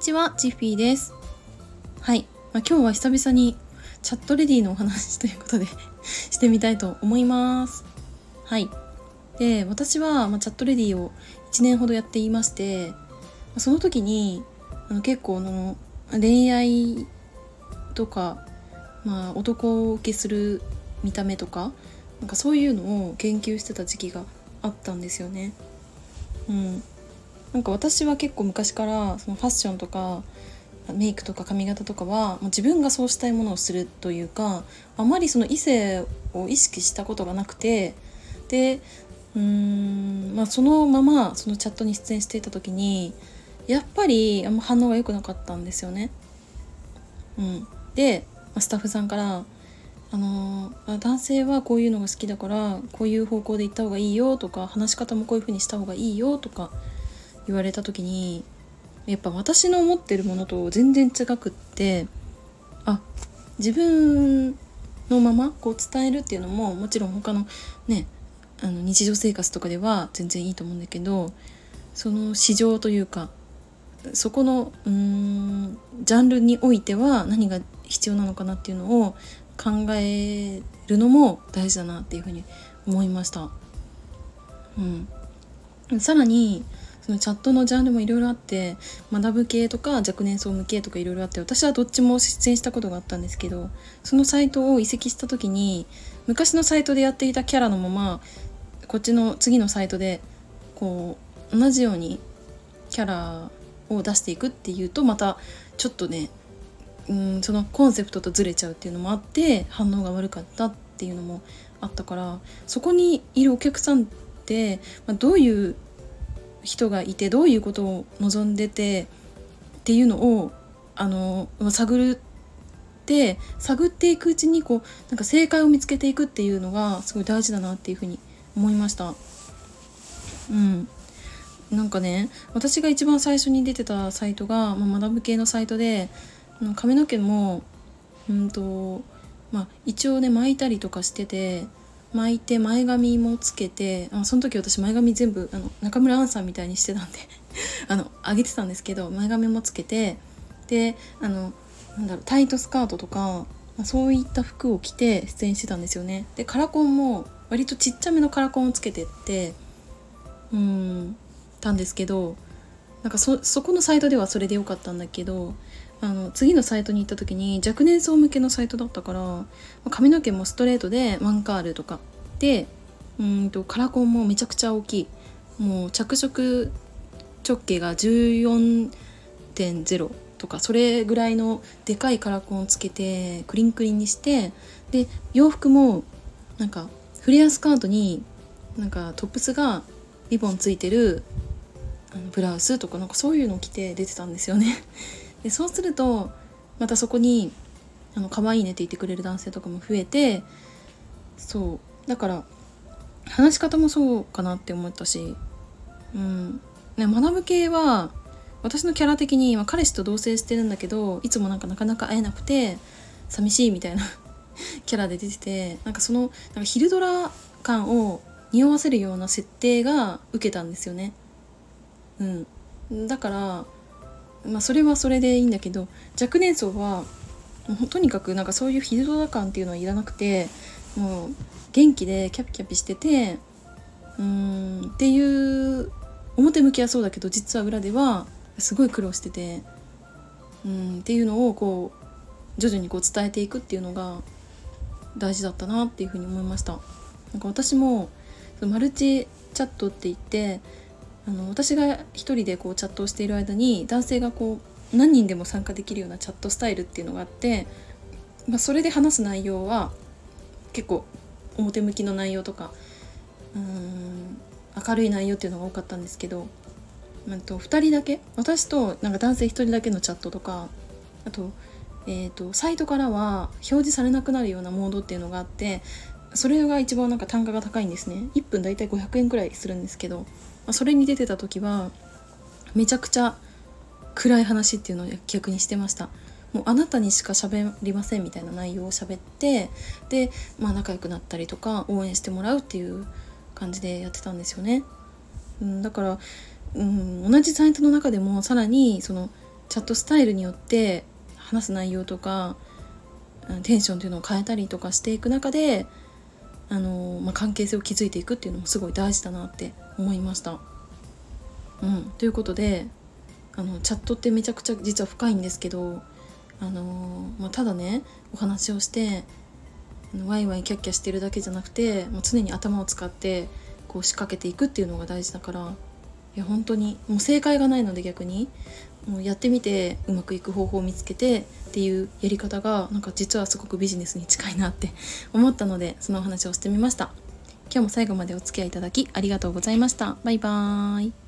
ちは、チッフィーです。はい、今日は久々にチャットレディのお話ということでしてみたいと思います。はい。で、私は、チャットレディを1年ほどやっていまして、その時に結構恋愛とか、男受けする見た目とか、そういうのを研究してた時期があったんですよね。私は結構昔からそのファッションとかメイクとか髪型とかはもう自分がそうしたいものをするというか、あまりその異性を意識したことがなくて、でそのままそのチャットに出演していた時にやっぱりあんま反応が良くなかったんですよね。でスタッフさんから男性はこういうのが好きだからこういう方向で行った方がいいよとか、話し方もこういう風にした方がいいよとか言われた時に、やっぱ私の思ってるものと全然違くって、自分のままこう伝えるっていうのももちろん他のね、日常生活とかでは全然いいと思うんだけど、その市場というかそこのジャンルにおいては何が必要なのかなっていうのを考えるのも大事だなっていうふうに思いました。さらにそのチャットのジャンルもいろいろあって、学ぶ系とか若年層向けとかいろいろあって、私はどっちも出演したことがあったんですけど、そのサイトを移籍した時に昔のサイトでやっていたキャラのままこっちの次のサイトでこう同じようにキャラを出していくっていうと、またちょっとねそのコンセプトとずれちゃうっていうのもあって反応が悪かったっていうのもあったから、そこにいるお客さんって、どういう人がいてどういうことを望んでてっていうのを探っていくうちに正解を見つけていくっていうのがすごい大事だなっていうふうに思いました。私が一番最初に出てたサイトが、学ぶ系のサイトで、髪の毛も一応ね巻いたりとかしてて、巻いて前髪もつけて、その時私前髪全部中村アンさんみたいにしてたんで上げてたんですけど、前髪もつけて、でタイトスカートとか、そういった服を着て出演してたんですよね。でカラコンも割とちっちゃめのカラコンをつけてってたんですけど、そこのサイトではそれでよかったんだけど、次のサイトに行った時に若年層向けのサイトだったから、髪の毛もストレートでワンカールとかでカラコンもめちゃくちゃ大きい、もう着色直径が 14.0 とかそれぐらいのでかいカラコンをつけてクリンクリンにして、で洋服もフレアスカートにトップスがリボンついてるブラウスとかそういうのを着て出てたんですよね。でそうするとまたそこに可愛いねって言ってくれる男性とかも増えて、だから話し方もそうかなって思ったし、学ぶ系は私のキャラ的に彼氏と同棲してるんだけど、いつもなかなか会えなくて寂しいみたいなキャラで出てて、その昼ドラ感を匂わせるような設定が受けたんですよね。だからそれはそれでいいんだけど、若年層はとにかくそういう昼ドラ感っていうのはいらなくて、もう元気でキャピキャピしててっていう表向きはそうだけど実は裏ではすごい苦労しててっていうのを徐々に伝えていくっていうのが大事だったなっていうふうに思いました。私もマルチチャットって言って私が一人でチャットをしている間に男性が何人でも参加できるようなチャットスタイルっていうのがあって、それで話す内容は結構表向きの内容とか明るい内容っていうのが多かったんですけど、2人だけ、私と男性1人だけのチャットとか、あと、サイトからは表示されなくなるようなモードっていうのがあって、それが一番単価が高いんですね。1分だいたい500円くらいするんですけど、それに出てた時はめちゃくちゃ暗い話っていうのを逆にしてました。もうあなたにしか喋りませんみたいな内容を喋って、で、仲良くなったりとか応援してもらうっていう感じでやってたんですよね。だから、同じサイトの中でもさらにチャットスタイルによって話す内容とかテンションっていうのを変えたりとかしていく中で関係性を築いていくっていうのもすごい大事だなって思いました。ということでチャットってめちゃくちゃ実は深いんですけど、ただねお話をしてワイワイキャッキャしてるだけじゃなくてもう常に頭を使ってこう仕掛けていくっていうのが大事だから、いや本当にもう正解がないので、逆にもうやってみてうまくいく方法を見つけてっていうやり方がなんか実はすごくビジネスに近いなって思ったので、そのお話をしてみました。今日も最後までお付き合いいただきありがとうございました。バイバーイ。